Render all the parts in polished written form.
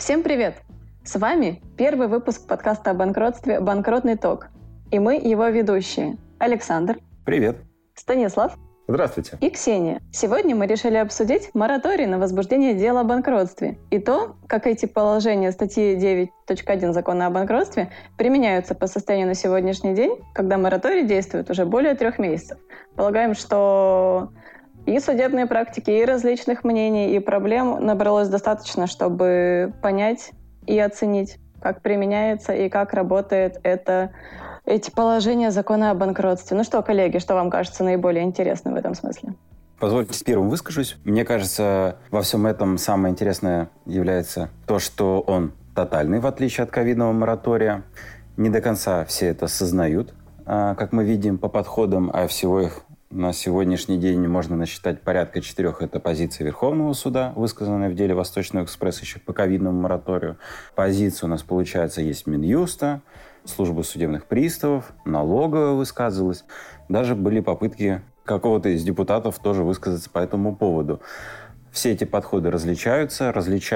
Всем привет! С вами первый выпуск подкаста о банкротстве «Банкротный ток». И мы его ведущие. Александр. Привет. Станислав. Здравствуйте. И Ксения. Сегодня мы решили обсудить мораторий на возбуждение дела о банкротстве и то, как эти положения статьи 9.1 Закона о банкротстве применяются по состоянию на сегодняшний день, когда мораторий действует уже более 3 месяцев. Полагаем, что и судебные практики, и различных мнений, и проблем набралось достаточно, чтобы понять и оценить, как применяется и как работает эти положения Закона о банкротстве. Ну что, коллеги, что вам кажется наиболее интересным в этом смысле? Позвольте первым выскажусь. Мне кажется, во всем этом самое интересное является то, что он тотальный, в отличие от ковидного моратория. Не до конца все это осознают, как мы видим по подходам, а всего их на сегодняшний день можно насчитать порядка 4. Это позиция Верховного суда, высказанная в деле Восточного экспресса еще по ковидному мораторию. Позиция у нас, получается, есть Минюста, служба судебных приставов, налоговая высказывалась. Даже были попытки какого-то из депутатов тоже высказаться по этому поводу. Все эти подходы различаются,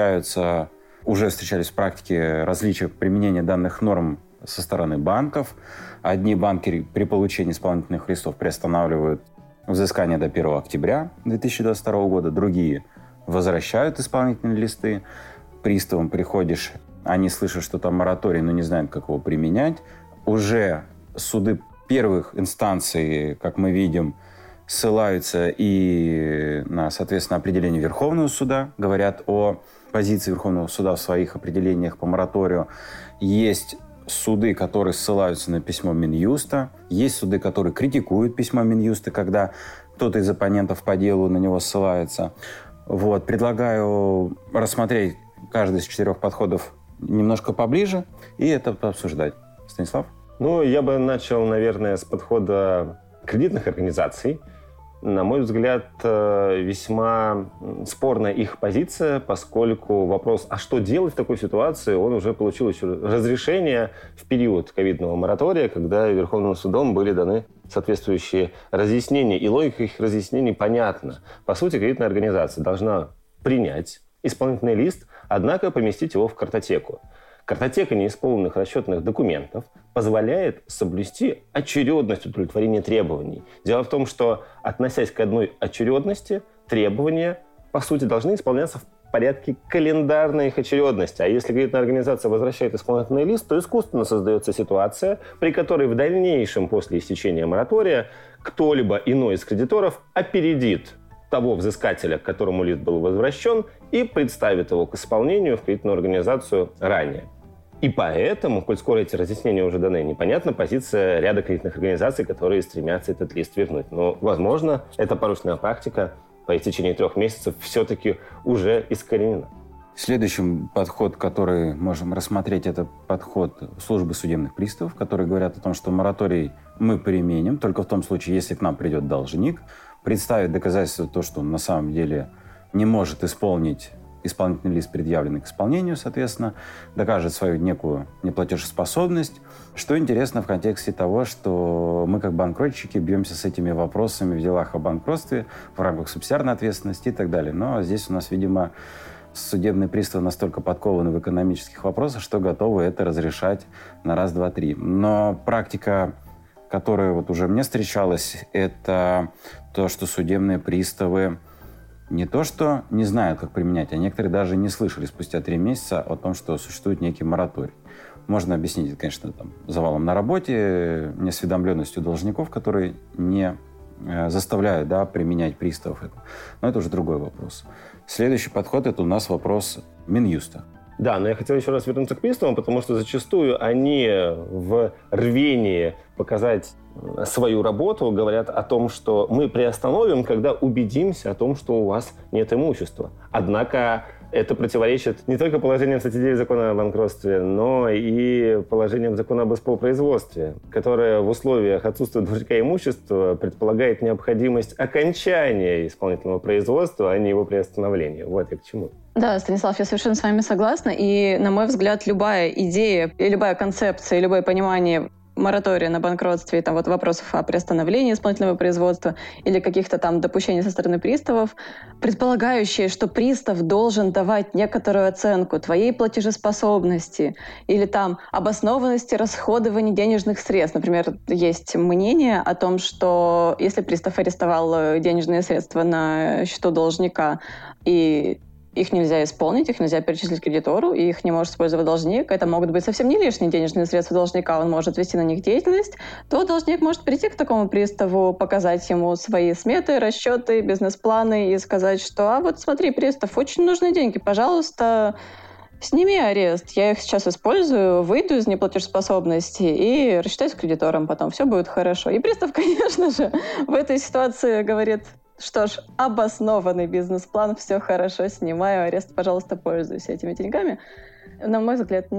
уже встречались в практике различия применения данных норм со стороны банков. Одни банки при получении исполнительных листов приостанавливают взыскание до 1 октября 2022 года, другие возвращают исполнительные листы. Приставам приходишь, они слышат, что там мораторий, но не знают, как его применять. Уже суды первых инстанций, как мы видим, ссылаются и на, соответственно, определение Верховного суда, говорят о позиции Верховного суда в своих определениях по мораторию. Есть суды, которые ссылаются на письмо Минюста. Есть суды, которые критикуют письмо Минюста, когда кто-то из оппонентов по делу на него ссылается. Предлагаю рассмотреть каждый из 4 подходов немножко поближе и это обсуждать. Станислав? Я бы начал, наверное, с подхода кредитных организаций. На мой взгляд, весьма спорная их позиция, поскольку вопрос, а что делать в такой ситуации, он уже получил еще разрешение в период ковидного моратория, когда Верховным судом были даны соответствующие разъяснения, и логика их разъяснений понятна. По сути, кредитная организация должна принять исполнительный лист, однако поместить его в картотеку. Картотека неисполненных расчетных документов позволяет соблюсти очередность удовлетворения требований. Дело в том, что, относясь к одной очередности, требования, по сути, должны исполняться в порядке календарной их очередности. А если кредитная организация возвращает исполнительный лист, то искусственно создается ситуация, при которой в дальнейшем, после истечения моратория, кто-либо иной из кредиторов опередит того взыскателя, к которому лист был возвращен, и представит его к исполнению в кредитную организацию ранее. И поэтому, коль скоро эти разъяснения уже даны, непонятна позиция ряда кредитных организаций, которые стремятся этот лист вернуть. Но, возможно, эта порочная практика по истечении 3 месяцев все-таки уже искоренена. Следующий подход, который можем рассмотреть, это подход службы судебных приставов, которые говорят о том, что мораторий мы применим только в том случае, если к нам придет должник, представит доказательство то, что он на самом деле не может исполнить исполнительный лист, предъявленный к исполнению, соответственно, докажет свою некую неплатежеспособность. Что интересно в контексте того, что мы как банкротчики бьемся с этими вопросами в делах о банкротстве в рамках субсидиарной ответственности и так далее. Но здесь у нас, видимо, судебные приставы настолько подкованы в экономических вопросах, что готовы это разрешать на раз, два, три. Но практика, которая уже мне встречалась, это то, что судебные приставы не то что не знают, как применять, а некоторые даже не слышали спустя 3 месяца о том, что существует некий мораторий. Можно объяснить это, конечно, завалом на работе, неосведомленностью должников, которые не заставляют применять приставов. Но это уже другой вопрос. Следующий подход – это у нас вопрос Минюста. Да, но я хотел еще раз вернуться к приставам, потому что зачастую они в рвении показать свою работу говорят о том, что мы приостановим, когда убедимся о том, что у вас нет имущества. Однако это противоречит не только положениям статьи 9 Закона о банкротстве, но и положениям Закона об воспроизводстве, которое в условиях отсутствия должника имущества предполагает необходимость окончания исполнительного производства, а не его приостановления. Вот я к чему. Да, Станислав, я совершенно с вами согласна. И, на мой взгляд, любая идея, любая концепция, любое понимание моратория на банкротстве и там вот вопросов о приостановлении исполнительного производства или каких-то там допущений со стороны приставов, предполагающие, что пристав должен давать некоторую оценку твоей платежеспособности или там обоснованности расходования денежных средств. Например, есть мнение о том, что если пристав арестовал денежные средства на счету должника и их нельзя исполнить, их нельзя перечислить кредитору, и их не может использовать должник. Это могут быть совсем не лишние денежные средства должника, он может вести на них деятельность, то должник может прийти к такому приставу, показать ему свои сметы, расчеты, бизнес-планы и сказать, что «А вот смотри, пристав, очень нужны деньги, пожалуйста, сними арест, я их сейчас использую, выйду из неплатежеспособности и рассчитаюсь с кредитором потом, все будет хорошо». И пристав, конечно же, в этой ситуации говорит: что ж, обоснованный бизнес-план, все хорошо, снимаю арест, пожалуйста, пользуйся этими деньгами. На мой взгляд,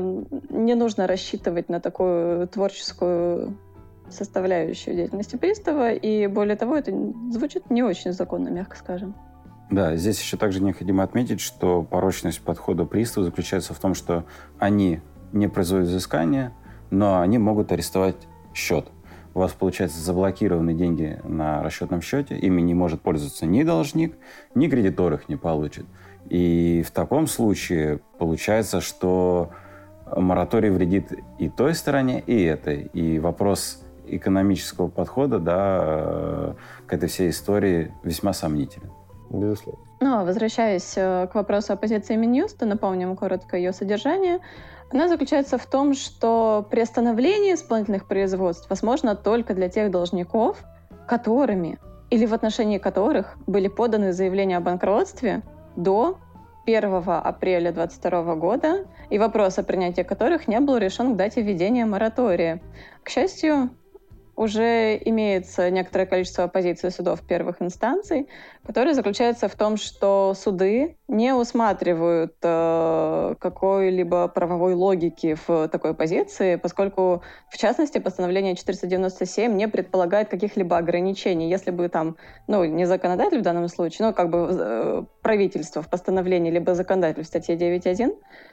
не нужно рассчитывать на такую творческую составляющую деятельности пристава, и более того, это звучит не очень законно, мягко скажем. Да, здесь еще также необходимо отметить, что порочность подхода пристава заключается в том, что они не производят взыскания, но они могут арестовать счет. У вас, получается, заблокированы деньги на расчетном счете, ими не может пользоваться ни должник, ни кредитор их не получит. И в таком случае получается, что мораторий вредит и той стороне, и этой. И вопрос экономического подхода, да, к этой всей истории весьма сомнителен. Безусловно. Ну, возвращаясь к вопросу о позиции Минюста, напомним коротко ее содержание. Она заключается в том, что приостановление исполнительных производств возможно только для тех должников, которыми или в отношении которых были поданы заявления о банкротстве до 1 апреля 2022 года, и вопрос о принятии которых не был решен к дате введения моратория. К счастью, уже имеется некоторое количество оппозиций судов первых инстанций, которое заключается в том, что суды не усматривают какой-либо правовой логики в такой позиции, поскольку, в частности, постановление 497 не предполагает каких-либо ограничений. Если бы там, не законодатель в данном случае, правительство в постановлении, либо законодатель в статье 9.1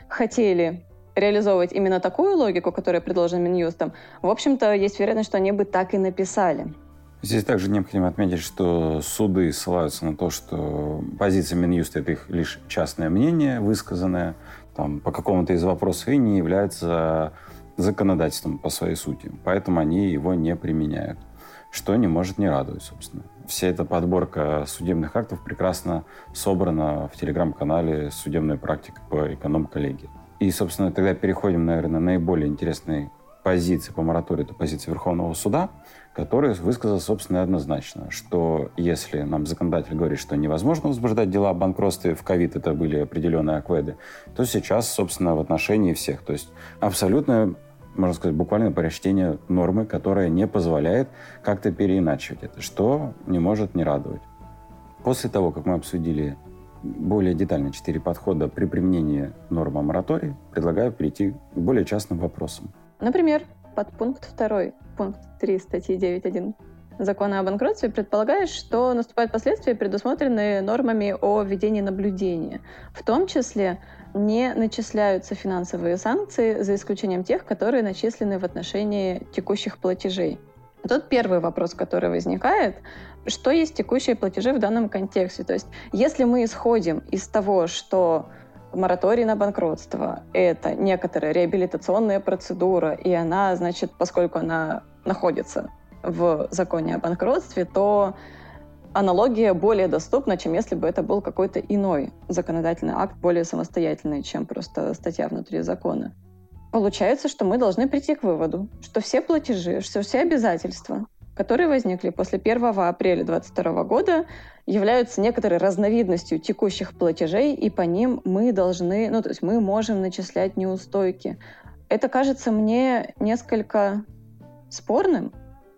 хотели реализовывать именно такую логику, которая предложена Минюстом, в общем-то, есть вероятность, что они бы так и написали. Здесь также необходимо отметить, что суды ссылаются на то, что позиция Минюста – это их лишь частное мнение, высказанное там, по какому-то из вопросов, и не является законодательством по своей сути. Поэтому они его не применяют, что не может не радовать, собственно. Вся эта подборка судебных актов прекрасно собрана в телеграм-канале «Судебная практика по эконом-коллегии». И, собственно, тогда переходим, наверное, на наиболее интересные позиции по мораторию. Это позиция Верховного суда, который высказал, собственно, однозначно, что если нам законодатель говорит, что невозможно возбуждать дела о банкротстве, в ковид это были определенные акведы, то сейчас, собственно, в отношении всех. То есть абсолютно, можно сказать, буквально прочтение нормы, которая не позволяет как-то переиначивать это, что не может не радовать. После того, как мы обсудили более детально 4 подхода при применении нормы о моратории, предлагаю перейти к более частным вопросам. Например, подпункт 2, пункт 3 статьи 9.1 Закона о банкротстве предполагает, что наступают последствия, предусмотренные нормами о ведении наблюдения. В том числе не начисляются финансовые санкции, за исключением тех, которые начислены в отношении текущих платежей. Тут первый вопрос, который возникает, что есть текущие платежи в данном контексте. То есть если мы исходим из того, что мораторий на банкротство — это некоторая реабилитационная процедура, и она, значит, поскольку она находится в законе о банкротстве, то аналогия более доступна, чем если бы это был какой-то иной законодательный акт, более самостоятельный, чем просто статья внутри закона. Получается, что мы должны прийти к выводу, что все платежи, что все обязательства, которые возникли после 1 апреля 2022 года, являются некоторой разновидностью текущих платежей, и по ним мы должны, то есть мы можем начислять неустойки. Это кажется мне несколько спорным,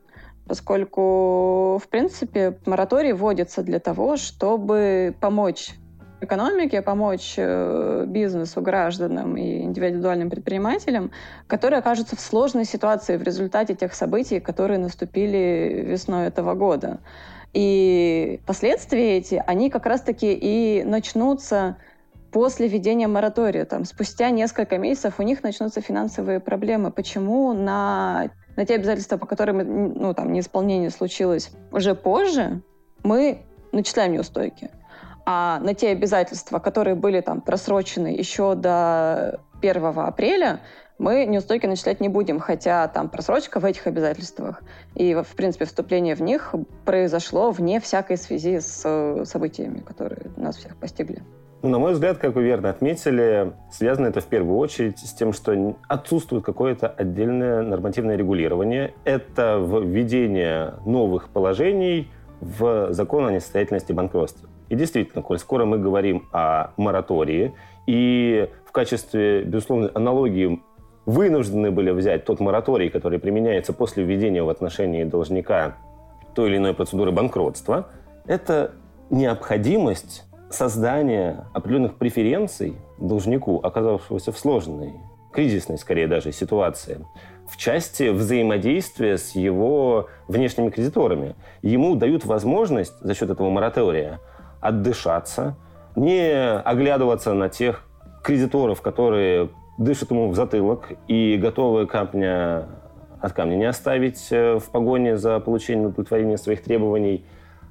поскольку, в принципе, мораторий вводится для того, чтобы помочь экономике, помочь бизнесу, гражданам и индивидуальным предпринимателям, которые окажутся в сложной ситуации в результате тех событий, которые наступили весной этого года. И последствия эти, они как раз-таки и начнутся после введения моратория, там, спустя несколько месяцев у них начнутся финансовые проблемы. Почему на те обязательства, по которым неисполнение случилось уже позже, мы начисляем неустойки? А на те обязательства, которые были там просрочены еще до 1 апреля, мы неустойки начислять не будем, хотя там просрочка в этих обязательствах и, в принципе, вступление в них произошло вне всякой связи с событиями, которые нас всех постигли. На мой взгляд, как вы верно отметили, связано это в первую очередь с тем, что отсутствует какое-то отдельное нормативное регулирование. Это введение новых положений в закон о несостоятельности и банкротстве. И действительно, коль скоро мы говорим о моратории, и в качестве, безусловно, аналогии вынуждены были взять тот мораторий, который применяется после введения в отношении должника той или иной процедуры банкротства, это необходимость создания определенных преференций должнику, оказавшегося в сложной, кризисной, скорее даже, ситуации, в части взаимодействия с его внешними кредиторами. Ему дают возможность за счет этого моратория отдышаться, не оглядываться на тех кредиторов, которые дышат ему в затылок и готовы камня от камня не оставить в погоне за получением удовлетворения своих требований,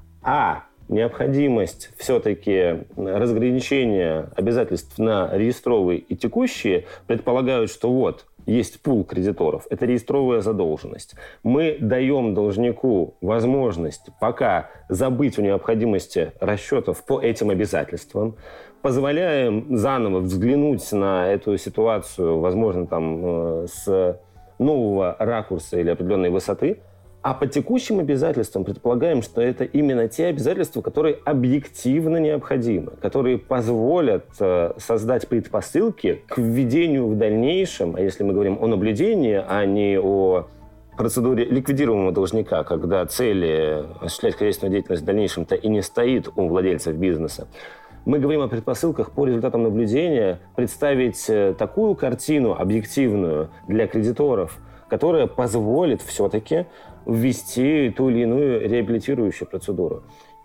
а необходимость все-таки разграничения обязательств на реестровые и текущие предполагают, что вот есть пул кредиторов, это реестровая задолженность. Мы даем должнику возможность пока забыть о необходимости расчетов по этим обязательствам, позволяем заново взглянуть на эту ситуацию, возможно, там, с нового ракурса или определенной высоты, а по текущим обязательствам предполагаем, что это именно те обязательства, которые объективно необходимы, которые позволят создать предпосылки к введению в дальнейшем, а если мы говорим о наблюдении, а не о процедуре ликвидируемого должника, когда цели осуществлять хозяйственную деятельность в дальнейшем-то и не стоит у владельцев бизнеса, мы говорим о предпосылках по результатам наблюдения представить такую картину объективную для кредиторов, которая позволит все-таки ввести ту или иную реабилитирующую процедуру.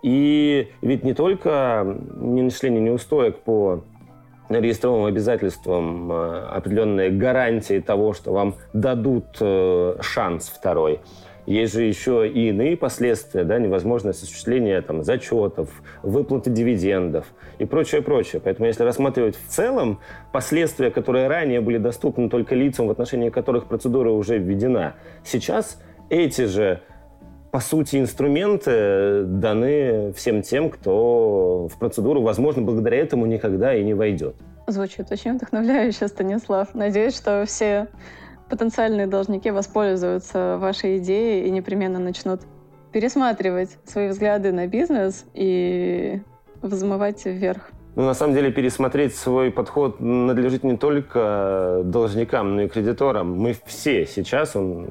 И ведь не только неначисление неустоек по реестровым обязательствам, определенные гарантии того, что вам дадут шанс второй. Есть же еще и иные последствия, да, невозможность осуществления там, зачетов, выплаты дивидендов и прочее, прочее. Поэтому если рассматривать в целом последствия, которые ранее были доступны только лицам, в отношении которых процедура уже введена, сейчас эти же, по сути, инструменты даны всем тем, кто в процедуру, возможно, благодаря этому никогда и не войдет. Звучит очень вдохновляюще, Станислав. Надеюсь, что все потенциальные должники воспользуются вашей идеей и непременно начнут пересматривать свои взгляды на бизнес и взмывать вверх. На самом деле, пересмотреть свой подход надлежит не только должникам, но и кредиторам. Мы все сейчас, он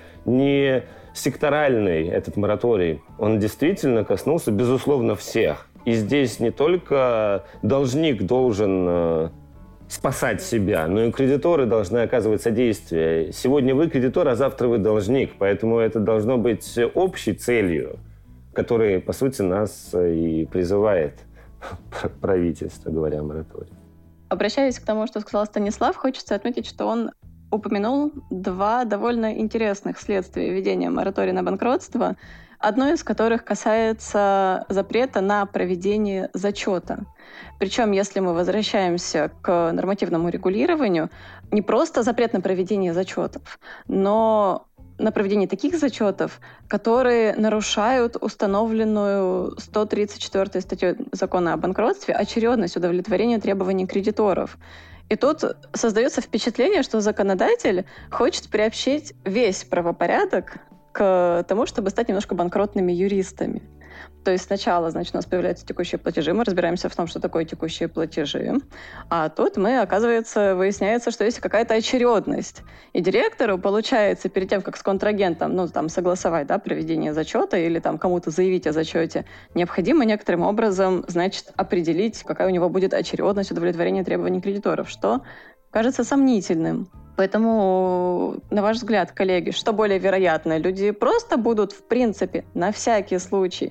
не секторальный, этот мораторий, он действительно коснулся, безусловно, всех. И здесь не только должник должен спасать себя, но и кредиторы должны оказывать содействие. Сегодня вы кредитор, а завтра вы должник, поэтому это должно быть общей целью, которая, по сути, нас и призывает правительство, говоря о моратории. Обращаясь к тому, что сказал Станислав, хочется отметить, что он упомянул два довольно интересных следствия введения моратория на банкротство, одно из которых касается запрета на проведение зачета. Причем, если мы возвращаемся к нормативному регулированию, не просто запрет на проведение зачетов, но на проведение таких зачетов, которые нарушают установленную 134 статью Закона о банкротстве очередность удовлетворения требований кредиторов. И тут создается впечатление, что законодатель хочет приобщить весь правопорядок к тому, чтобы стать немножко банкротными юристами. То есть сначала, значит, у нас появляются текущие платежи, мы разбираемся в том, что такое текущие платежи, а тут выясняется, что есть какая-то очередность. И директору, получается, перед тем, как с контрагентом, согласовать, проведение зачета или кому-то заявить о зачете, необходимо некоторым образом, значит, определить, какая у него будет очередность удовлетворения требований кредиторов, что кажется сомнительным. Поэтому, на ваш взгляд, коллеги, что более вероятно? Люди просто будут, в принципе, на всякий случай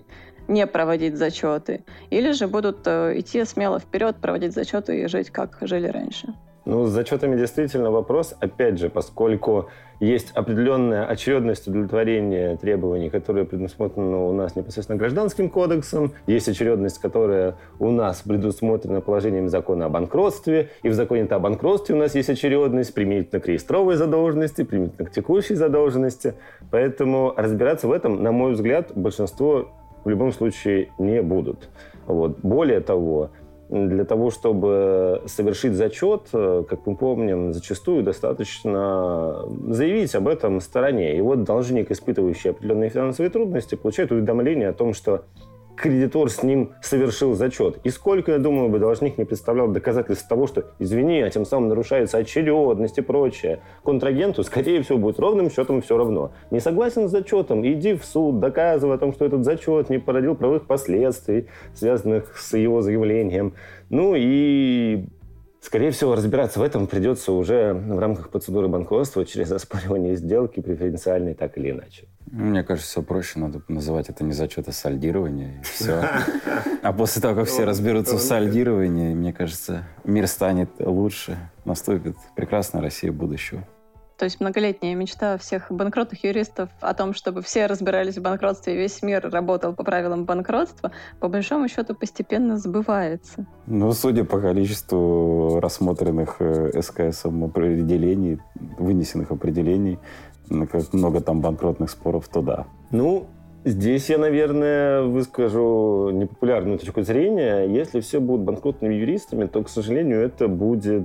не проводить зачеты, или же будут идти смело вперед, проводить зачеты и жить, как жили раньше. Ну, с зачетами действительно вопрос, опять же, поскольку есть определенная очередность удовлетворения требований, которые предусмотрены у нас непосредственно Гражданским кодексом, есть очередность, которая у нас предусмотрена положением закона о банкротстве, и в законе-то о банкротстве у нас есть очередность применительно к реестровой задолженности, применительно к текущей задолженности, поэтому разбираться в этом, на мой взгляд, большинство в любом случае не будут. Вот. Более того, для того, чтобы совершить зачет, как мы помним, зачастую достаточно заявить об этом стороне. И вот должник, испытывающий определенные финансовые трудности, получает уведомление о том, что кредитор с ним совершил зачет. И сколько, я думаю, бы должник не представлял доказательств того, что, извини, а тем самым нарушается очередность и прочее. Контрагенту, скорее всего, будет ровным счетом все равно. Не согласен с зачетом, иди в суд, доказывай о том, что этот зачет не породил правовых последствий, связанных с его заявлением. Ну и, скорее всего, разбираться в этом придется уже в рамках процедуры банкротства через оспаривание сделки преференциальной, так или иначе. Мне кажется, все проще. Надо называть это не зачет, а сальдирование. И все. А после того, как все разберутся в сальдировании, мне кажется, мир станет лучше. Наступит прекрасная Россия будущего. То есть многолетняя мечта всех банкротных юристов о том, чтобы все разбирались в банкротстве и весь мир работал по правилам банкротства, по большому счету постепенно сбывается. Ну, судя по количеству рассмотренных СКСом определений, вынесенных определений, как много там банкротных споров, то да. Ну, здесь я, наверное, выскажу непопулярную точку зрения. Если все будут банкротными юристами, то, к сожалению, это будет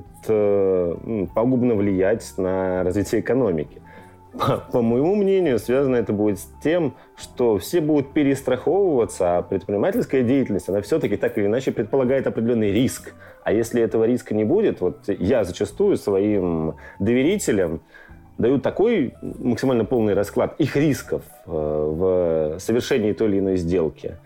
пагубно влиять на развитие экономики. По моему мнению, связано это будет с тем, что все будут перестраховываться, а предпринимательская деятельность, она все-таки так или иначе предполагает определенный риск. А если этого риска не будет, вот я зачастую своим доверителям дают такой максимально полный расклад их рисков в совершении той или иной сделки,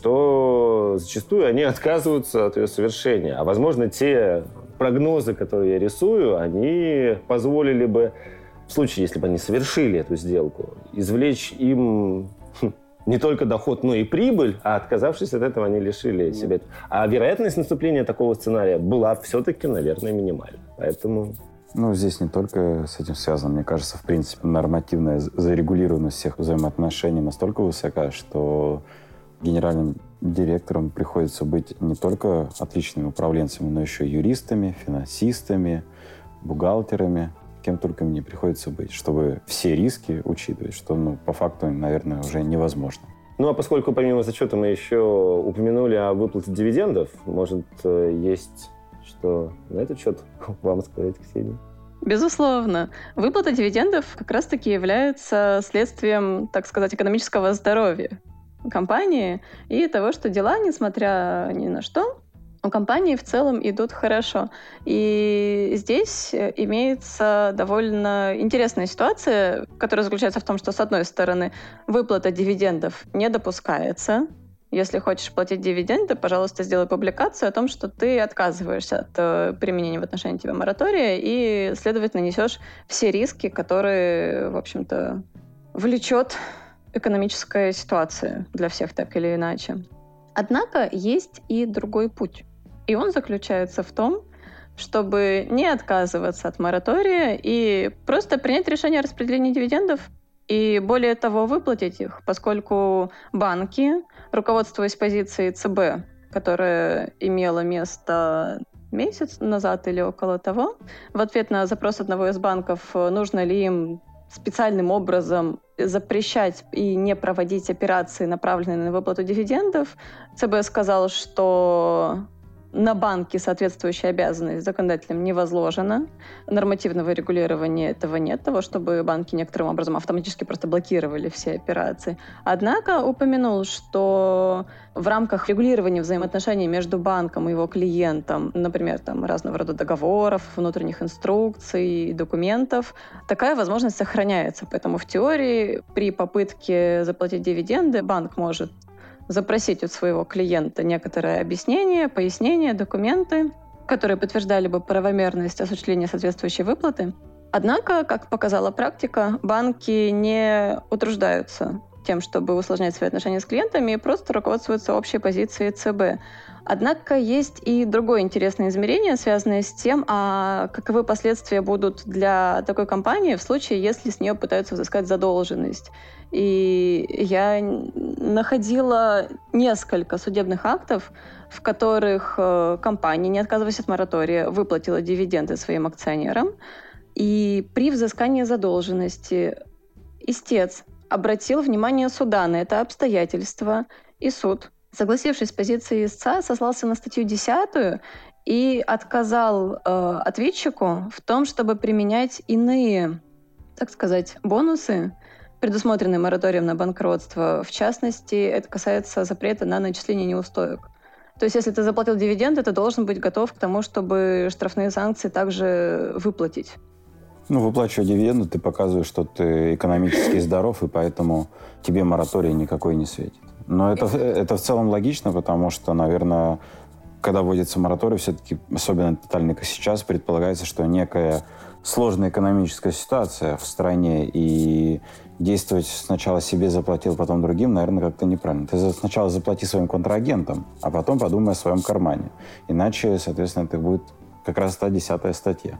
что зачастую они отказываются от ее совершения. А, возможно, те прогнозы, которые я рисую, они позволили бы, в случае, если бы они совершили эту сделку, извлечь им не только доход, но и прибыль, а отказавшись от этого, они лишили себя. А вероятность наступления такого сценария была все-таки, наверное, минимальна. Поэтому... Ну, здесь не только с этим связано. Мне кажется, в принципе, нормативная зарегулированность всех взаимоотношений настолько высока, что генеральным директорам приходится быть не только отличными управленцами, но еще и юристами, финансистами, бухгалтерами, кем только им не приходится быть, чтобы все риски учитывать, что, по факту, наверное, уже невозможно. Ну, а поскольку помимо зачета мы еще упомянули о выплате дивидендов, может, есть что на этот счет вам сказать, Ксения? Безусловно. Выплата дивидендов как раз-таки является следствием, так сказать, экономического здоровья компании и того, что дела, несмотря ни на что, у компании в целом идут хорошо. И здесь имеется довольно интересная ситуация, которая заключается в том, что, с одной стороны, выплата дивидендов не допускается. Если хочешь платить дивиденды, пожалуйста, сделай публикацию о том, что ты отказываешься от применения в отношении тебя моратория и, следовательно, несешь все риски, которые, в общем-то, влечет экономическая ситуация для всех так или иначе. Однако есть и другой путь. И он заключается в том, чтобы не отказываться от моратория и просто принять решение о распределении дивидендов и, более того, выплатить их, поскольку банки, руководствуясь позицией ЦБ, которая имела место месяц назад или около того, в ответ на запрос одного из банков, нужно ли им специальным образом запрещать и не проводить операции, направленные на выплату дивидендов, ЦБ сказал, что на банки соответствующая обязанность законодателем не возложена. Нормативного регулирования этого нет, того, чтобы банки некоторым образом автоматически просто блокировали все операции. Однако упомянул, что в рамках регулирования взаимоотношений между банком и его клиентом, например, там, разного рода договоров, внутренних инструкций, документов, такая возможность сохраняется. Поэтому в теории при попытке заплатить дивиденды банк может запросить у своего клиента некоторое объяснение, пояснение, документы, которые подтверждали бы правомерность осуществления соответствующей выплаты. Однако, как показала практика, банки не утруждаются тем, чтобы усложнять свои отношения с клиентами, и просто руководствуются общей позицией ЦБ. Однако есть и другое интересное измерение, связанное с тем, каковы последствия будут для такой компании в случае, если с нее пытаются взыскать задолженность. И я находила несколько судебных актов, в которых компания, не отказываясь от моратория, выплатила дивиденды своим акционерам. И при взыскании задолженности истец обратил внимание суда на это обстоятельство, и суд, согласившись с позицией истца, сослался на статью 10 и отказал ответчику в том, чтобы применять иные, так сказать, бонусы, предусмотренные мораторием на банкротство. В частности, это касается запрета на начисление неустоек. То есть, если ты заплатил дивиденды, ты должен быть готов к тому, чтобы штрафные санкции также выплатить. Выплачивая дивиденды, ты показываешь, что ты экономически здоров, и поэтому тебе мораторий никакой не светит. Но это в целом логично, потому что, наверное, когда вводится мораторий, все-таки, особенно тотальный, как сейчас, предполагается, что некая сложная экономическая ситуация в стране, и действовать сначала себе заплатил, потом другим, наверное, как-то неправильно. Ты сначала заплати своим контрагентам, а потом подумай о своем кармане. Иначе, соответственно, это будет как раз та 10-я статья.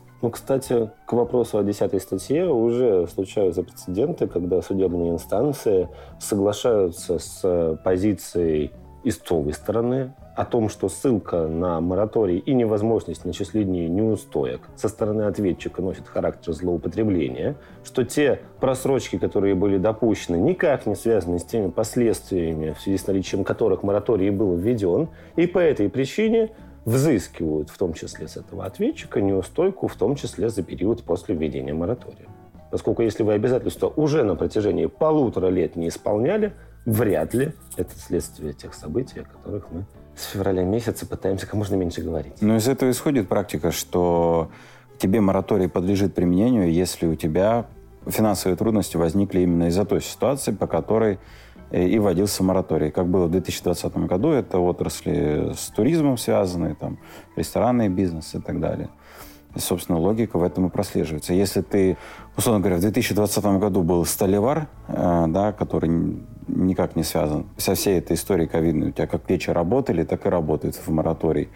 Кстати, к вопросу о 10-й статье уже случаются прецеденты, когда судебные инстанции соглашаются с позицией истцовой стороны о том, что ссылка на мораторий и невозможность начисления неустоек со стороны ответчика носит характер злоупотребления, что те просрочки, которые были допущены, никак не связаны с теми последствиями, в связи с наличием которых мораторий был введен, и по этой причине взыскивают, в том числе с этого ответчика, неустойку, в том числе за период после введения моратория. Поскольку если вы обязательства уже на протяжении 1,5 лет не исполняли, вряд ли это следствие тех событий, о которых мы с февраля месяца пытаемся как можно меньше говорить. Но из этого исходит практика, что тебе мораторий подлежит применению, если у тебя финансовые трудности возникли именно из-за той ситуации, по которой и вводился мораторий. Как было в 2020 году, это отрасли с туризмом связанные, там, ресторанный бизнес и так далее. И, собственно, логика в этом и прослеживается. Если ты, условно говоря, в 2020 году был сталевар, который никак не связан со всей этой историей ковидной, у тебя как печи работали, так и работают в мораторий,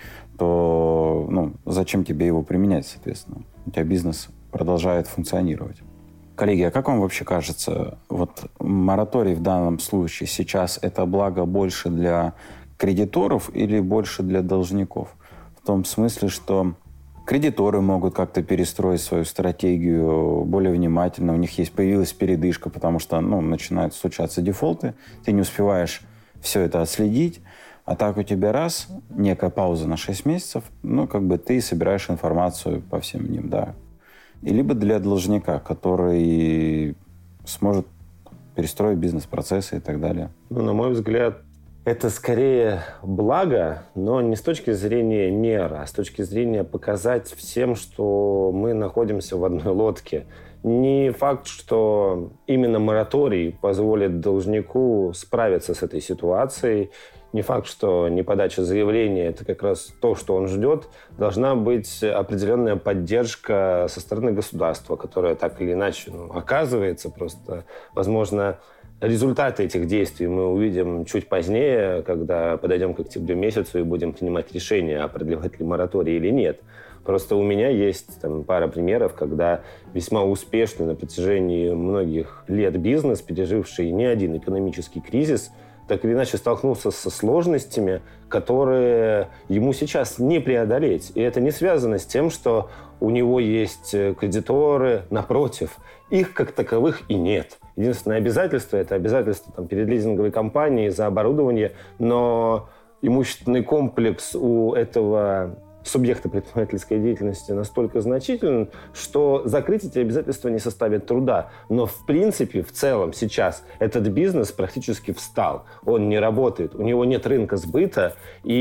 то зачем тебе его применять, соответственно? У тебя бизнес продолжает функционировать. Коллеги, а как вам вообще кажется, мораторий в данном случае сейчас это благо больше для кредиторов или больше для должников? В том смысле, что кредиторы могут как-то перестроить свою стратегию более внимательно, у них появилась передышка, потому что начинают случаться дефолты, ты не успеваешь все это отследить, а так у тебя некая пауза на 6 месяцев, ты собираешь информацию по всем ним, да. И либо для должника, который сможет перестроить бизнес-процессы и так далее. На мой взгляд, это скорее благо, но не с точки зрения мер, а с точки зрения показать всем, что мы находимся в одной лодке. Не факт, что именно мораторий позволит должнику справиться с этой ситуацией. Не факт, что неподача заявления – это как раз то, что он ждет. Должна быть определенная поддержка со стороны государства, которая так или иначе оказывается. Просто, возможно, результаты этих действий мы увидим чуть позднее, когда подойдем к октябрю месяцу и будем принимать решение, продлевать ли мораторий или нет. Просто у меня есть пара примеров, когда весьма успешный на протяжении многих лет бизнес, переживший не один экономический кризис, так или иначе столкнулся со сложностями, которые ему сейчас не преодолеть. И это не связано с тем, что у него есть кредиторы, напротив. Их как таковых и нет. Единственное обязательство – это обязательство перед лизинговой компанией за оборудование, но имущественный комплекс у этого субъекта предпринимательской деятельности настолько значителен, что закрыть эти обязательства не составит труда. Но в принципе, в целом, сейчас этот бизнес практически встал. Он не работает, у него нет рынка сбыта,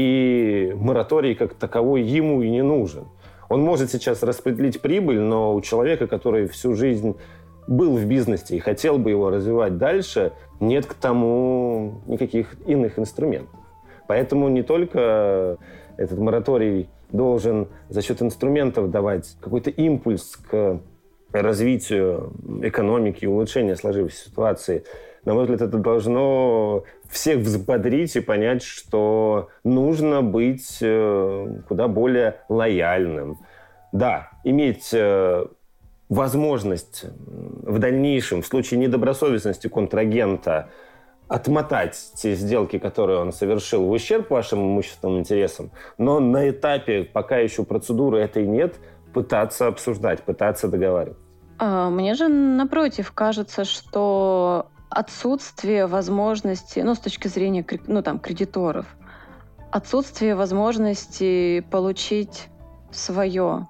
и мораторий как таковой ему и не нужен. Он может сейчас распределить прибыль, но у человека, который всю жизнь был в бизнесе и хотел бы его развивать дальше, нет к тому никаких иных инструментов. Поэтому не только этот мораторий должен за счет инструментов давать какой-то импульс к развитию экономики и улучшению сложившейся ситуации, на мой взгляд, это должно всех взбодрить и понять, что нужно быть куда более лояльным. Да, иметь возможность в дальнейшем, в случае недобросовестности контрагента, отмотать те сделки, которые он совершил в ущерб вашим имущественным интересам, но на этапе, пока еще процедуры этой нет, пытаться обсуждать, пытаться договариваться. Мне же, напротив, кажется, что отсутствие возможности, с точки зрения кредиторов, отсутствие возможности получить свое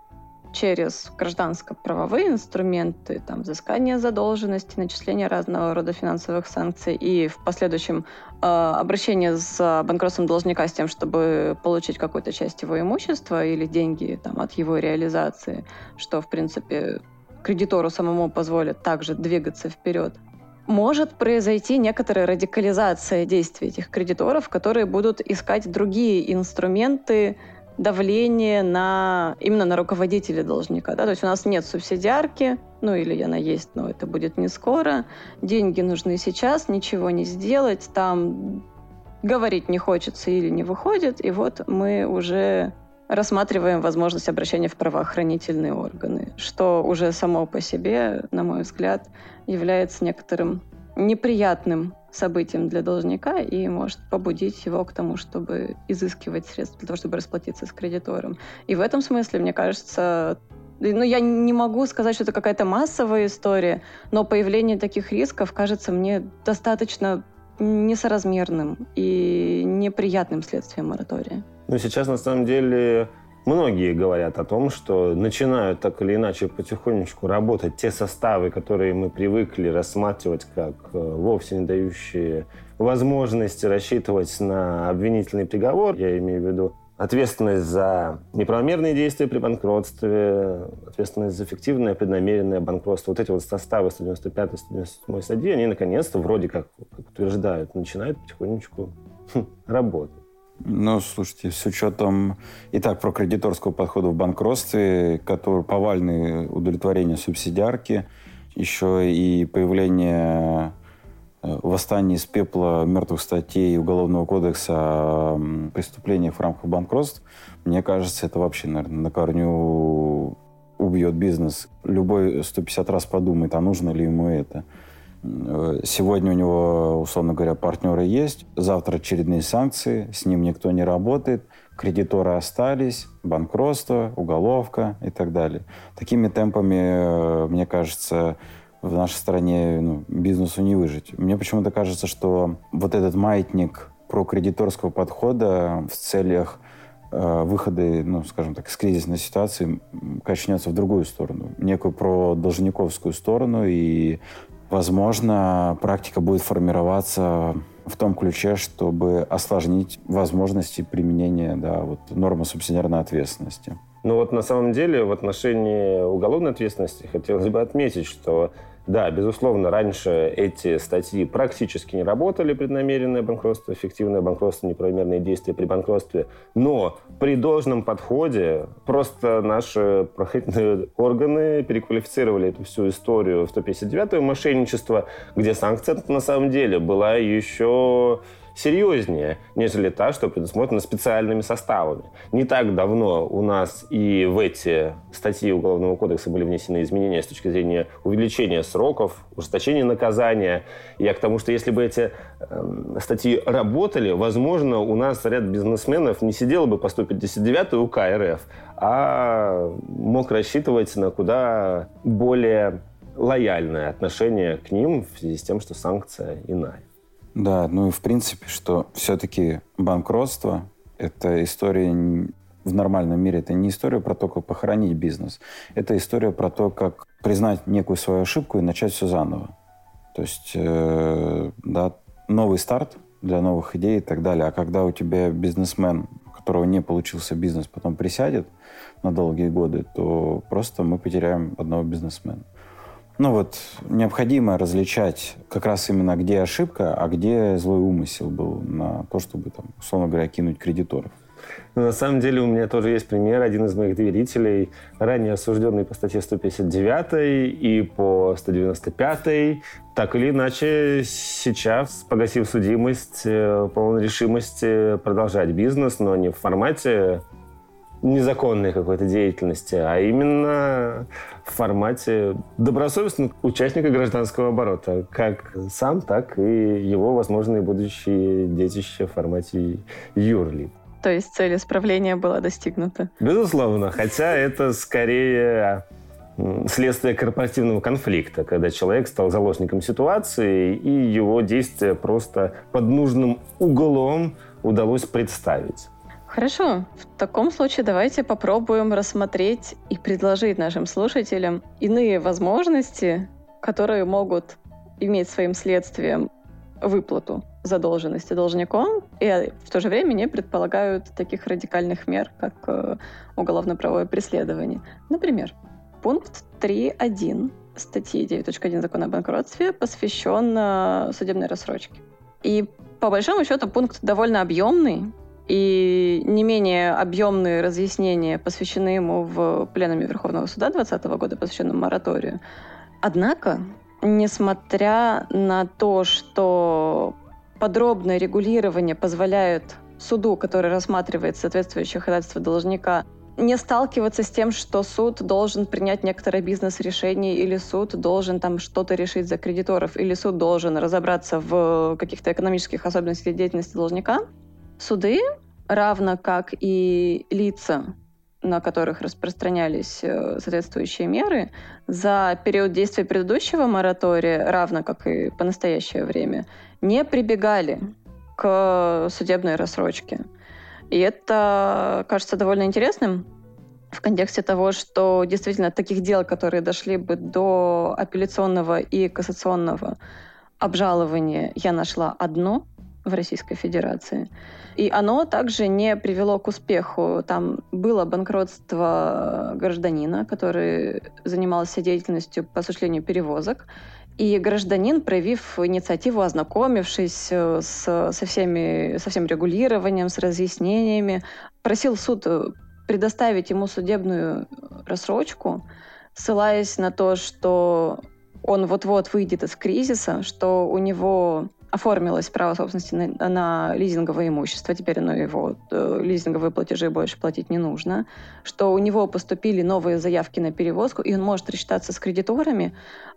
через гражданско-правовые инструменты, взыскание задолженности, начисление разного рода финансовых санкций и в последующем обращение с банкротством должника с тем, чтобы получить какую-то часть его имущества или деньги от его реализации, что, в принципе, кредитору самому позволит также двигаться вперед. Может произойти некоторая радикализация действий этих кредиторов, которые будут искать другие инструменты давление именно на руководителя должника. Да? То есть у нас нет субсидиарки, или она есть, но это будет не скоро. Деньги нужны сейчас, ничего не сделать, там говорить не хочется или не выходит, и вот мы уже рассматриваем возможность обращения в правоохранительные органы, что уже само по себе, на мой взгляд, является некоторым неприятным событием для должника и может побудить его к тому, чтобы изыскивать средства для того, чтобы расплатиться с кредитором. И в этом смысле, мне кажется, я не могу сказать, что это какая-то массовая история, но появление таких рисков кажется мне достаточно несоразмерным и неприятным следствием моратория. Сейчас, на самом деле, многие говорят о том, что начинают так или иначе потихонечку работать те составы, которые мы привыкли рассматривать как вовсе не дающие возможности рассчитывать на обвинительный приговор. Я имею в виду ответственность за неправомерные действия при банкротстве, ответственность за фиктивное преднамеренное банкротство. Вот эти составы 195-197 статьи, они наконец-то вроде как утверждают, начинают потихонечку работать. Слушайте, с учетом и так прокредиторского подхода в банкротстве, который повальное удовлетворение субсидиарки, еще и появление восстания из пепла мертвых статей Уголовного кодекса о преступлениях в рамках банкротств, мне кажется, это вообще, наверное, на корню убьет бизнес. Любой 150 раз подумает, а нужно ли ему это. Сегодня у него, условно говоря, партнеры есть, завтра очередные санкции, с ним никто не работает, кредиторы остались, банкротство, уголовка и так далее. Такими темпами, мне кажется, в нашей стране бизнесу не выжить. Мне почему-то кажется, что вот этот маятник прокредиторского подхода в целях выхода, скажем так, из кризисной ситуации качнется в другую сторону, некую продолжниковскую сторону, и возможно, практика будет формироваться в том ключе, чтобы осложнить возможности применения нормы субсидиарной ответственности. На самом деле, в отношении уголовной ответственности хотелось бы отметить, что да, безусловно, раньше эти статьи практически не работали, преднамеренное банкротство, фиктивное банкротство, неправомерные действия при банкротстве, но при должном подходе просто наши правоохранительные органы переквалифицировали эту всю историю в 159-е мошенничество, где санкция на самом деле была еще серьезнее, нежели та, что предусмотрена специальными составами. Не так давно у нас и в эти статьи Уголовного кодекса были внесены изменения с точки зрения увеличения сроков, ужесточения наказания. Я к тому, что если бы эти статьи работали, возможно, у нас ряд бизнесменов не сидел бы по 159 УК РФ, а мог рассчитывать на куда более лояльное отношение к ним в связи с тем, что санкция иная. Да, и в принципе, что все-таки банкротство – это история в нормальном мире, это не история про то, как похоронить бизнес. Это история про то, как признать некую свою ошибку и начать все заново. То есть, новый старт для новых идей и так далее. А когда у тебя бизнесмен, у которого не получился бизнес, потом присядет на долгие годы, то просто мы потеряем одного бизнесмена. Необходимо различать как раз именно, где ошибка, а где злой умысел был на то, чтобы, условно говоря, кинуть кредиторов. Но на самом деле у меня тоже есть пример. Один из моих доверителей, ранее осужденный по статье 159 и по 195, так или иначе сейчас, погасив судимость, полной решимости продолжать бизнес, но не в формате незаконной какой-то деятельности, а именно в формате добросовестного участника гражданского оборота. Как сам, так и его возможные будущие детища в формате юрлиц. То есть цель исправления была достигнута? Безусловно, хотя это скорее следствие корпоративного конфликта, когда человек стал заложником ситуации, и его действия просто под нужным углом удалось представить. Хорошо. В таком случае давайте попробуем рассмотреть и предложить нашим слушателям иные возможности, которые могут иметь своим следствием выплату задолженности должником, и в то же время не предполагают таких радикальных мер, как уголовно-правовое преследование. Например, пункт 3.1 статьи 9.1 Закона о банкротстве посвящен судебной рассрочке. И по большому счету пункт довольно объемный, и не менее объемные разъяснения посвящены ему в пленуме Верховного суда 2020 года, посвященном мораторию. Однако, несмотря на то, что подробное регулирование позволяет суду, который рассматривает соответствующее ходатайство должника, не сталкиваться с тем, что суд должен принять некоторое бизнес-решение, или суд должен там что-то решить за кредиторов, или суд должен разобраться в каких-то экономических особенностях деятельности должника, суды, равно как и лица, на которых распространялись соответствующие меры, за период действия предыдущего моратория, равно как и по настоящее время, не прибегали к судебной рассрочке. И это кажется довольно интересным в контексте того, что действительно таких дел, которые дошли бы до апелляционного и кассационного обжалования, я нашла одно в Российской Федерации. И оно также не привело к успеху. Там было банкротство гражданина, который занимался деятельностью по осуществлению перевозок. И гражданин, проявив инициативу, ознакомившись со всем регулированием, с разъяснениями, просил суд предоставить ему судебную рассрочку, ссылаясь на то, что он вот-вот выйдет из кризиса, что у него оформилось право собственности на лизинговое имущество, теперь его лизинговые платежи больше платить не нужно, что у него поступили новые заявки на перевозку, и он может рассчитаться с кредиторами.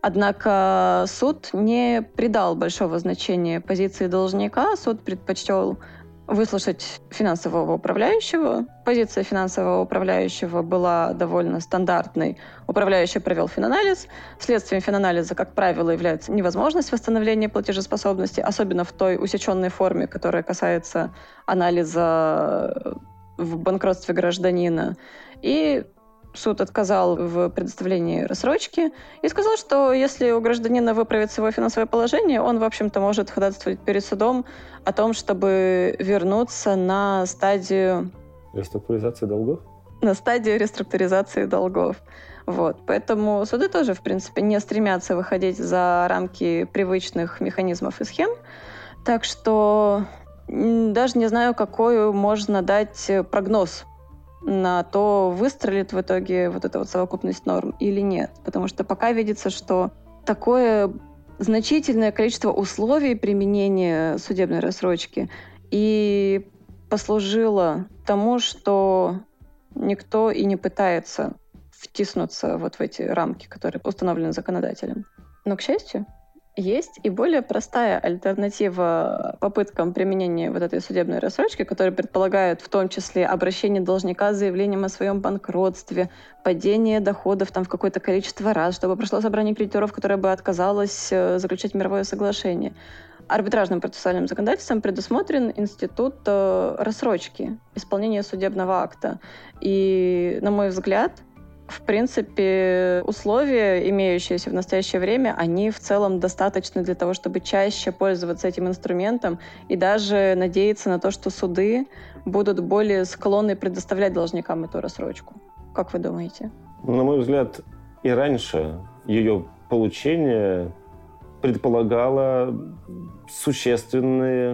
Однако суд не придал большого значения позиции должника, суд предпочел выслушать финансового управляющего. Позиция финансового управляющего была довольно стандартной. Управляющий провел финанализ. Следствием финанализа, как правило, является невозможность восстановления платежеспособности, особенно в той усеченной форме, которая касается анализа в банкротстве гражданина. И суд отказал в предоставлении рассрочки и сказал, что если у гражданина выправится его финансовое положение, он, в общем-то, может ходатайствовать перед судом о том, чтобы вернуться на стадию... Реструктуризации долгов? На стадию реструктуризации долгов. Вот. Поэтому суды тоже, в принципе, не стремятся выходить за рамки привычных механизмов и схем. Так что даже не знаю, какой можно дать прогноз на то, выстрелит в итоге вот эта вот совокупность норм или нет. Потому что пока видится, что такое значительное количество условий применения судебной рассрочки и послужило тому, что никто и не пытается втиснуться вот в эти рамки, которые установлены законодателем. Но, к счастью, есть и более простая альтернатива попыткам применения вот этой судебной рассрочки, которая предполагает в том числе обращение должника с заявлением о своем банкротстве, падение доходов там в какое-то количество раз, чтобы прошло собрание кредиторов, которое бы отказалось заключать мировое соглашение. Арбитражным процессуальным законодательством предусмотрен институт рассрочки, исполнения судебного акта. И, на мой взгляд, в принципе, условия, имеющиеся в настоящее время, они в целом достаточны для того, чтобы чаще пользоваться этим инструментом и даже надеяться на то, что суды будут более склонны предоставлять должникам эту рассрочку. Как вы думаете? На мой взгляд, и раньше ее получение предполагало существенные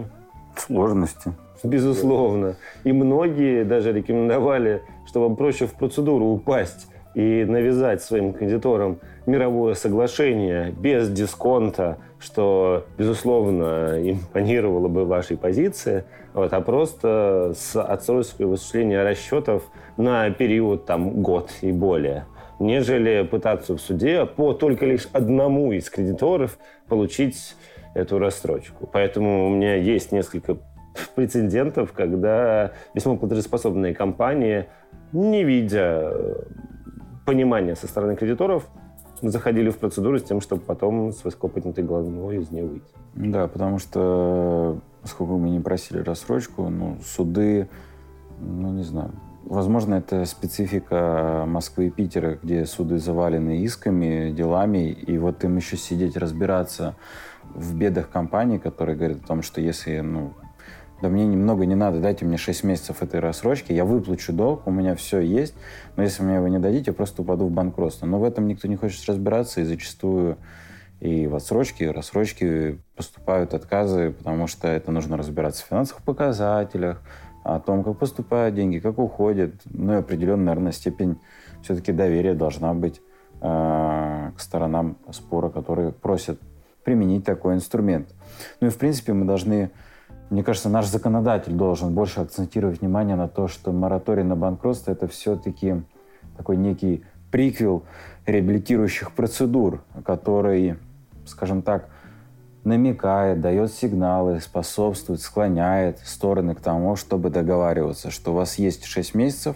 Сложности. Безусловно. И многие даже рекомендовали, что вам проще в процедуру упасть и навязать своим кредиторам мировое соглашение без дисконта, что, безусловно, импонировало бы вашей позиции, а просто с отсрочкой осуществления расчетов на период год и более, нежели пытаться в суде по только лишь одному из кредиторов получить эту рассрочку. Поэтому у меня есть несколько прецедентов, когда весьма платежеспособные компании, не видя понимания со стороны кредиторов, заходили в процедуру с тем, чтобы потом с высоко поднятой головой из нее выйти. Да, потому что, поскольку мы не просили рассрочку, суды, не знаю, возможно, это специфика Москвы и Питера, где суды завалены исками, делами, и вот им еще сидеть, разбираться в бедах компаний, которые говорят о том, что если, да мне немного не надо, дайте мне 6 месяцев этой рассрочки, я выплачу долг, у меня все есть, но если вы мне его не дадите, я просто упаду в банкротство. Но в этом никто не хочет разбираться, и зачастую и в отсрочке, и в рассрочке поступают отказы, потому что это нужно разбираться в финансовых показателях, о том, как поступают деньги, как уходят, и определенная, наверное, степень все-таки доверия должна быть к сторонам спора, которые просят применить такой инструмент. И, в принципе, мы должны... Мне кажется, наш законодатель должен больше акцентировать внимание на то, что мораторий на банкротство – это все-таки такой некий приквел реабилитирующих процедур, который, скажем так, намекает, дает сигналы, способствует, склоняет стороны к тому, чтобы договариваться, что у вас есть 6 месяцев,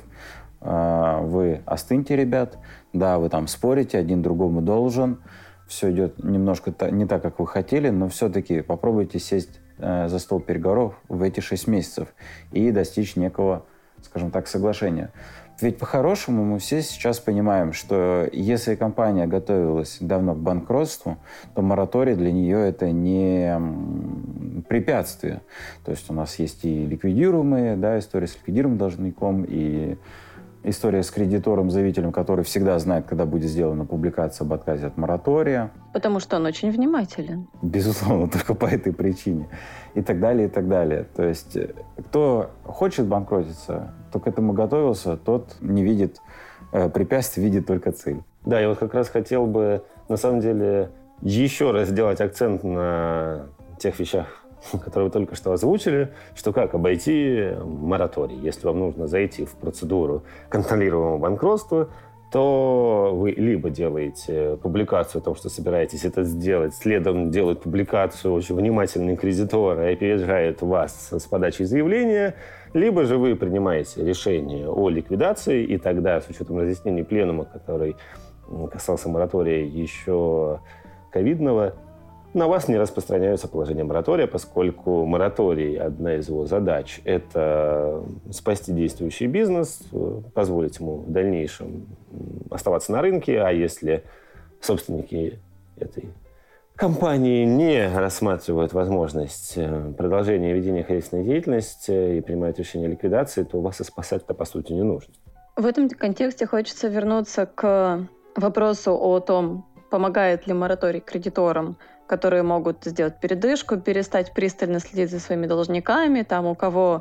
вы остыньте, ребят, да, вы там спорите, один другому должен, все идет немножко не так, как вы хотели, но все-таки попробуйте сесть за стол переговоров в эти 6 месяцев и достичь некого, скажем так, соглашения. Ведь по-хорошему мы все сейчас понимаем, что если компания готовилась давно к банкротству, то мораторий для нее это не препятствие. То есть у нас есть и ликвидируемые, история с ликвидируемым должником, и история с кредитором-заявителем, который всегда знает, когда будет сделана публикация об отказе от моратория. Потому что он очень внимателен. Безусловно, только по этой причине. И так далее, и так далее. То есть, кто хочет банкротиться, кто к этому готовился, тот не видит препятствий, видит только цель. Да, я как раз хотел бы, на самом деле, еще раз сделать акцент на тех вещах, которые вы только что озвучили, что как обойти мораторий. Если вам нужно зайти в процедуру контролируемого банкротства, то вы либо делаете публикацию о том, что собираетесь это сделать, следом делает публикацию очень внимательный кредитор и опережает вас с подачей заявления, либо же вы принимаете решение о ликвидации, и тогда, с учетом разъяснений пленума, который касался моратория еще ковидного, на вас не распространяются положения моратория, поскольку мораторий, одна из его задач, это спасти действующий бизнес, позволить ему в дальнейшем оставаться на рынке, а если собственники этой компании не рассматривают возможность продолжения ведения хозяйственной деятельности и принимают решение о ликвидации, то вас и спасать-то, по сути, не нужно. В этом контексте хочется вернуться к вопросу о том, помогает ли мораторий кредиторам, которые могут сделать передышку, перестать пристально следить за своими должниками, у кого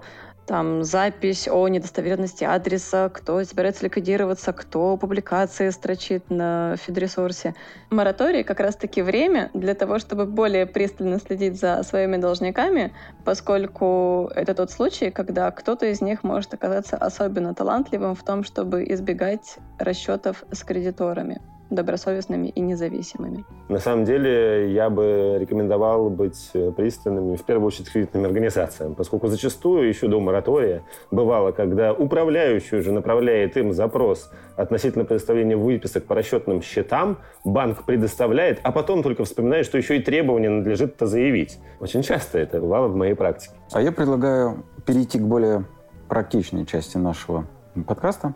запись о недостоверности адреса, кто собирается ликвидироваться, кто публикации строчит на фидресурсе. Мораторий как раз-таки время для того, чтобы более пристально следить за своими должниками, поскольку это тот случай, когда кто-то из них может оказаться особенно талантливым в том, чтобы избегать расчетов с кредиторами, добросовестными и независимыми. На самом деле, я бы рекомендовал быть пристальными, в первую очередь, кредитным организациям, поскольку зачастую еще до моратория бывало, когда управляющий уже направляет им запрос относительно предоставления выписок по расчетным счетам, банк предоставляет, а потом только вспоминает, что еще и требования надлежит-то заявить. Очень часто это бывало в моей практике. А я предлагаю перейти к более практичной части нашего подкаста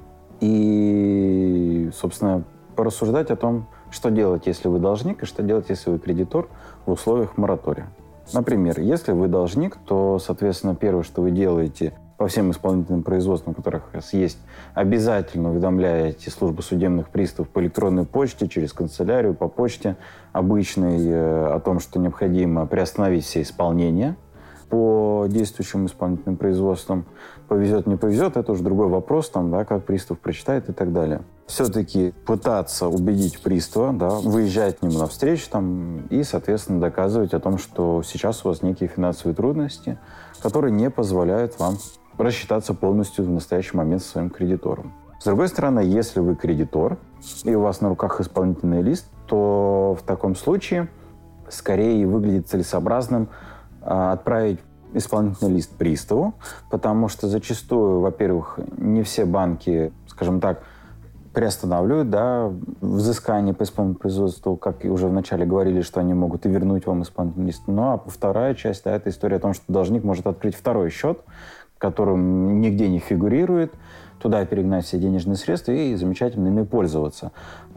и, собственно, порассуждать о том, что делать, если вы должник, и что делать, если вы кредитор в условиях моратория. Например, если вы должник, то, соответственно, первое, что вы делаете по всем исполнительным производствам, у которых есть, обязательно уведомляете службу судебных приставов по электронной почте, через канцелярию, по почте обычной, о том, что необходимо приостановить все исполнения по действующим исполнительным производствам. Повезет, не повезет, это уже другой вопрос, там, да, как пристав прочитает и так далее. Все-таки пытаться убедить пристава, да, выезжать к нему навстречу там, и, соответственно, доказывать о том, что сейчас у вас некие финансовые трудности, которые не позволяют вам рассчитаться полностью в настоящий момент со своим кредитором. С другой стороны, если вы кредитор, и у вас на руках исполнительный лист, то в таком случае скорее выглядит целесообразным отправить исполнительный лист приставу, потому что зачастую, во-первых, не все банки, скажем так, приостанавливают, да, взыскание по исполнительному производству, как и уже вначале говорили, что они могут и вернуть вам исполнительный лист. Ну, а вторая часть, да, это история о том, что должник может открыть второй счет, которым нигде не фигурирует, туда перегнать все денежные средства и замечательно ими пользоваться.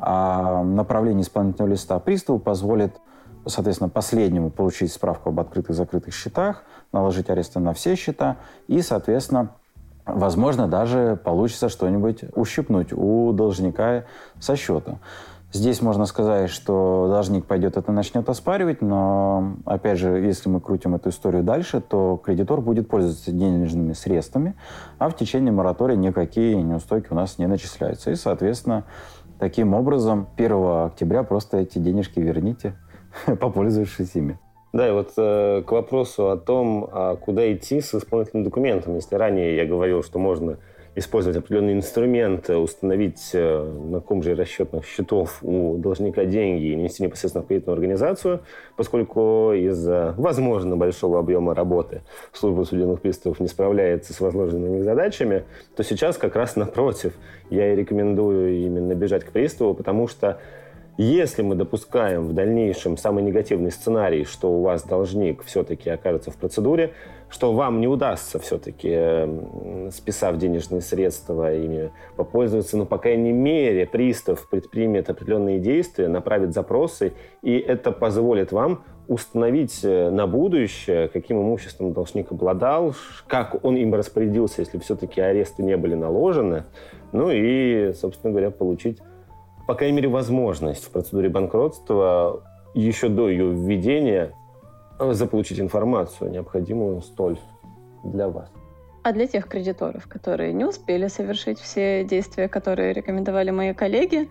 А направление исполнительного листа приставу позволит, соответственно, последнему получить справку об открытых и закрытых счетах, наложить аресты на все счета и, соответственно, возможно, даже получится что-нибудь ущипнуть у должника со счета. Здесь можно сказать, что должник пойдет это начнет оспаривать, но, опять же, если мы крутим эту историю дальше, то кредитор будет пользоваться денежными средствами, а в течение моратория никакие неустойки у нас не начисляются. И, соответственно, таким образом 1 октября просто эти денежки верните, попользовавшись ими. Да, и вот к вопросу о том, куда идти с исполнительным документом. Если ранее я говорил, что можно использовать определенные инструменты, установить, на ком же расчетных счетов у должника деньги и нести непосредственно в кредитную организацию, поскольку из-за, возможно, большого объема работы служба судебных приставов не справляется с возложенными на них задачами, то сейчас как раз напротив. Я и рекомендую именно бежать к приставу, потому что если мы допускаем в дальнейшем самый негативный сценарий, что у вас должник все-таки окажется в процедуре, что вам не удастся все-таки, списав денежные средства, ими попользоваться, но, по крайней мере, пристав предпримет определенные действия, направит запросы, и это позволит вам установить на будущее, каким имуществом должник обладал, как он им распорядился, если все-таки аресты не были наложены, ну и, собственно говоря, получить, по крайней мере, возможность в процедуре банкротства еще до ее введения заполучить информацию, необходимую столь для вас. А для тех кредиторов, которые не успели совершить все действия, которые рекомендовали мои коллеги,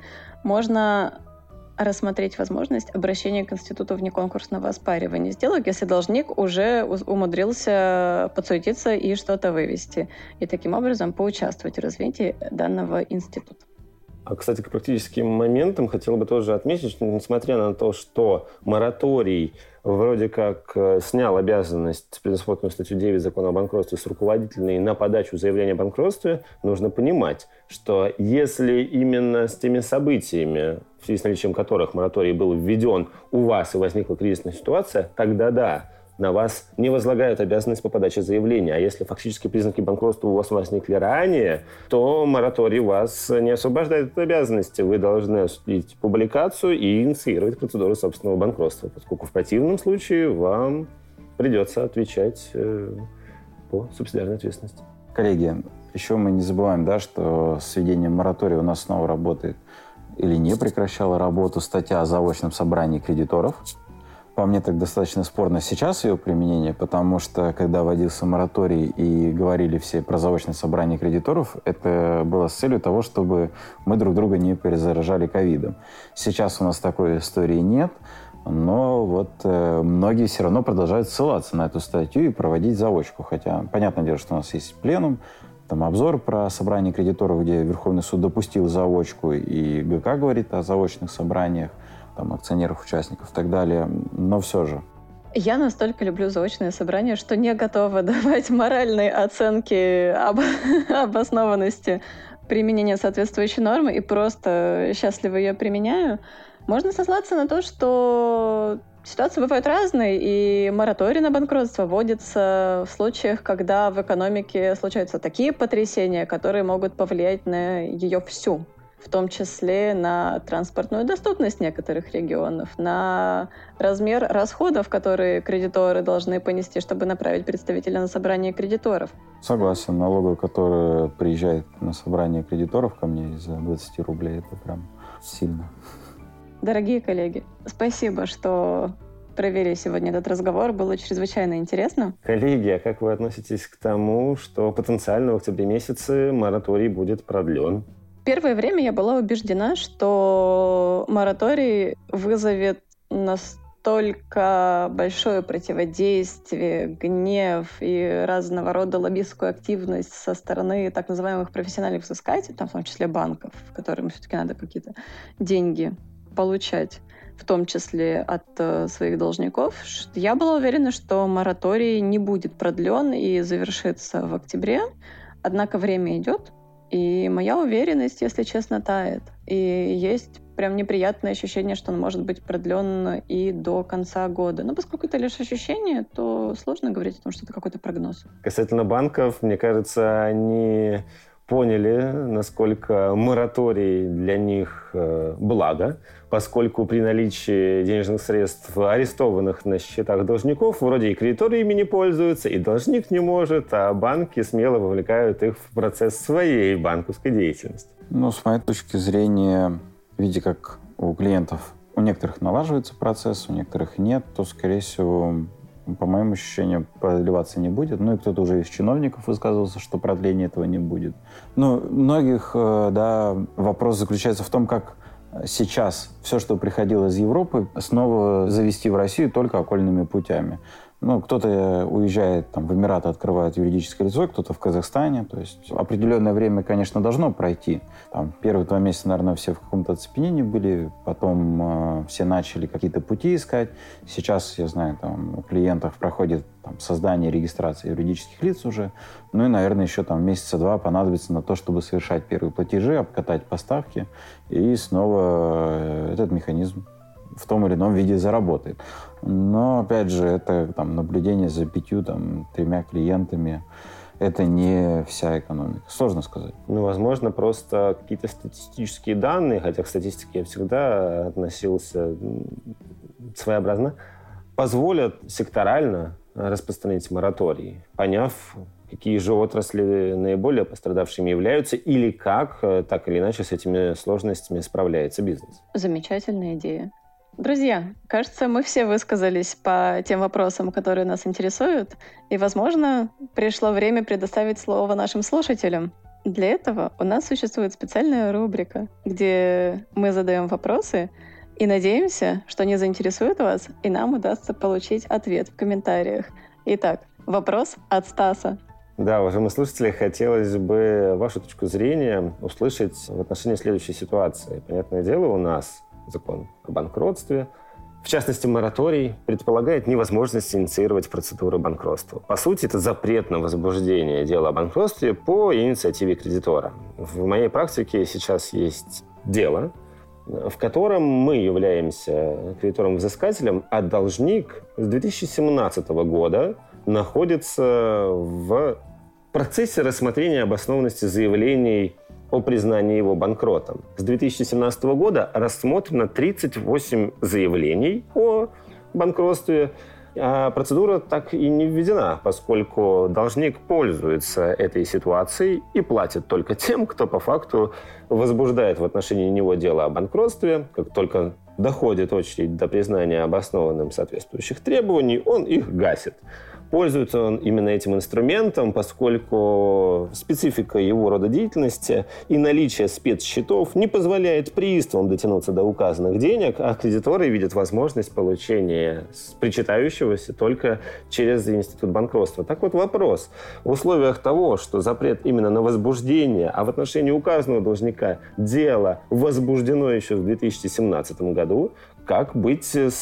можно рассмотреть возможность обращения к институту внеконкурсного оспаривания сделок, если должник уже умудрился подсуетиться и что-то вывести, и таким образом поучаствовать в развитии данного института. А, кстати, к практическим моментам хотел бы тоже отметить, что несмотря на то, что мораторий вроде как снял обязанность, предусмотренную статью 9 Закона о банкротстве, с руководителей на подачу заявления о банкротстве, нужно понимать, что если именно с теми событиями, в связи с наличием которых мораторий был введен, у вас и возникла кризисная ситуация, тогда да, на вас не возлагают обязанность по подаче заявления. А если фактические признаки банкротства у вас возникли ранее, то мораторий вас не освобождает от обязанности. Вы должны осуществить публикацию и инициировать процедуру собственного банкротства, поскольку в противном случае вам придется отвечать по субсидиарной ответственности. Коллеги, еще мы не забываем, да, что с введением моратория у нас снова работает или не прекращала работу статья о заочном собрании кредиторов. По мне, так достаточно спорно сейчас ее применение, потому что, когда вводился мораторий и говорили все про заочное собрание кредиторов, это было с целью того, чтобы мы друг друга не перезаражали ковидом. Сейчас у нас такой истории нет, но вот многие все равно продолжают ссылаться на эту статью и проводить заочку. Хотя, понятное дело, что у нас есть пленум, там обзор про собрание кредиторов, где Верховный суд допустил заочку, и ГК говорит о заочных собраниях, там, акционеров, участников и так далее, но все же. Я настолько люблю заочные собрания, что не готова давать моральные оценки обоснованности применения соответствующей нормы и просто счастливо ее применяю. Можно сослаться на то, что ситуации бывают разные, и мораторий на банкротство вводится в случаях, когда в экономике случаются такие потрясения, которые могут повлиять на ее всю, в том числе на транспортную доступность некоторых регионов, на размер расходов, которые кредиторы должны понести, чтобы направить представителя на собрание кредиторов. Согласен. Налоговый, который приезжает на собрание кредиторов ко мне из-за 20 рублей, это прям сильно. Дорогие коллеги, спасибо, что провели сегодня этот разговор. Было чрезвычайно интересно. Коллеги, а как вы относитесь к тому, что потенциально в октябре месяце мораторий будет продлен? Первое время я была убеждена, что мораторий вызовет настолько большое противодействие, гнев и разного рода лоббистскую активность со стороны так называемых профессиональных взыскателей, там, в том числе банков, которым все-таки надо какие-то деньги получать, в том числе от своих должников. Я была уверена, что мораторий не будет продлен и завершится в октябре. Однако время идет, и моя уверенность, если честно, тает. И есть прям неприятное ощущение, что он может быть продлен и до конца года. Но поскольку это лишь ощущение, то сложно говорить о том, что это какой-то прогноз. Касательно банков, мне кажется, они поняли, насколько мораторий для них благо, поскольку при наличии денежных средств, арестованных на счетах должников, вроде и кредиторы ими не пользуются, и должник не может, а банки смело вовлекают их в процесс своей банковской деятельности. Ну, с моей точки зрения, видя, как у клиентов у некоторых налаживается процесс, у некоторых нет, то, скорее всего, по моим ощущениям, продлеваться не будет. Ну и кто-то уже из чиновников высказывался, что продления этого не будет. Ну, многих, да, вопрос заключается в том, как сейчас все, что приходило из Европы, снова завести в Россию только окольными путями. Ну, кто-то уезжает там, в Эмираты, открывает юридическое лицо, кто-то в Казахстане. То есть определенное время, конечно, должно пройти. Там, первые 2 месяца, наверное, все в каком-то оцепенении были. Потом все начали какие-то пути искать. Сейчас, я знаю, там, у клиентов проходит там, создание и регистрация юридических лиц уже. Ну и, наверное, еще там, месяца 2 понадобится на то, чтобы совершать первые платежи, обкатать поставки. И снова этот механизм в том или ином виде заработает. Но, опять же, это там, наблюдение за 5-3 клиентами. Это не вся экономика. Сложно сказать. Ну, возможно, просто какие-то статистические данные, хотя к статистике я всегда относился своеобразно, позволят секторально распространить мораторий, поняв, какие же отрасли наиболее пострадавшими являются или как, так или иначе, с этими сложностями справляется бизнес. Замечательная идея. Друзья, кажется, мы все высказались по тем вопросам, которые нас интересуют, и, возможно, пришло время предоставить слово нашим слушателям. Для этого у нас существует специальная рубрика, где мы задаем вопросы и надеемся, что они заинтересуют вас, и нам удастся получить ответ в комментариях. Итак, вопрос от Стаса. Да, уважаемые слушатели, хотелось бы вашу точку зрения услышать в отношении следующей ситуации. Понятное дело, у нас закон о банкротстве, в частности, мораторий, предполагает невозможность инициировать процедуру банкротства. По сути, это запрет на возбуждение дела о банкротстве по инициативе кредитора. В моей практике сейчас есть дело, в котором мы являемся кредитором-взыскателем, а должник с 2017 года находится в процессе рассмотрения обоснованности заявлений о признании его банкротом. С 2017 года рассмотрено 38 заявлений о банкротстве, а процедура так и не введена, поскольку должник пользуется этой ситуацией и платит только тем, кто по факту возбуждает в отношении него дело о банкротстве. Как только доходит очередь до признания обоснованным соответствующих требований, он их гасит. Пользуется он именно этим инструментом, поскольку специфика его рода деятельности и наличие спецсчетов не позволяет приставам дотянуться до указанных денег, а кредиторы видят возможность получения причитающегося только через институт банкротства. Так вот вопрос. В условиях того, что запрет именно на возбуждение, а в отношении указанного должника дело возбуждено еще в 2017 году, как быть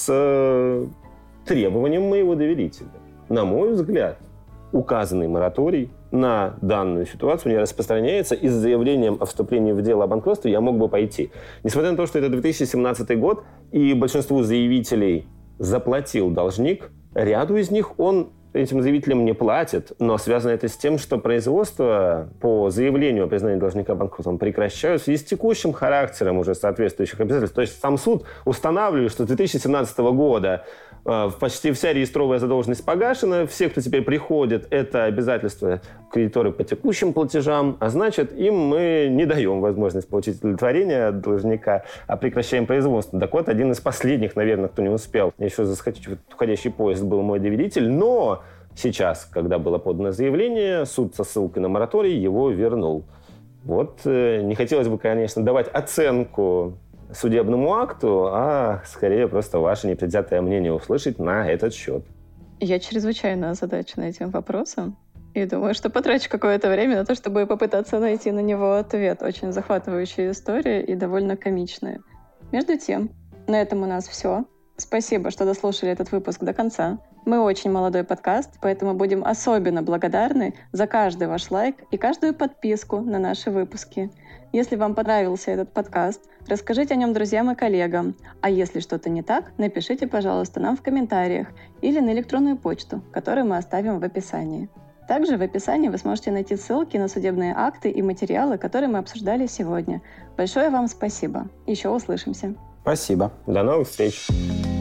с требованием моего доверителя? На мой взгляд, указанный мораторий на данную ситуацию не распространяется, и с заявлением о вступлении в дело о банкротстве я мог бы пойти. Несмотря на то, что это 2017 год, и большинству заявителей заплатил должник, ряду из них он этим заявителям не платит, но связано это с тем, что производство по заявлению о признании должника банкротом прекращают в связи с текущим характером уже соответствующих обязательств. То есть сам суд устанавливает, что с 2017 года почти вся реестровая задолженность погашена, все, кто теперь приходит, это обязательства кредиторы по текущим платежам, а значит, им мы не даем возможность получить удовлетворение от должника, а прекращаем производство. Так вот, один из последних, наверное, кто не успел еще заскочить в уходящий поезд, был мой доверитель, но сейчас, когда было подано заявление, суд со ссылкой на мораторий его вернул. Вот не хотелось бы, конечно, давать оценку судебному акту, а скорее просто ваше непредвзятое мнение услышать на этот счет. Я чрезвычайно озадачена этим вопросом и думаю, что потрачу какое-то время на то, чтобы попытаться найти на него ответ. Очень захватывающая история и довольно комичная. Между тем, на этом у нас все. Спасибо, что дослушали этот выпуск до конца. Мы очень молодой подкаст, поэтому будем особенно благодарны за каждый ваш лайк и каждую подписку на наши выпуски. Если вам понравился этот подкаст, расскажите о нем друзьям и коллегам. А если что-то не так, напишите, пожалуйста, нам в комментариях или на электронную почту, которую мы оставим в описании. Также в описании вы сможете найти ссылки на судебные акты и материалы, которые мы обсуждали сегодня. Большое вам спасибо. Еще услышимся. Спасибо. До новых встреч.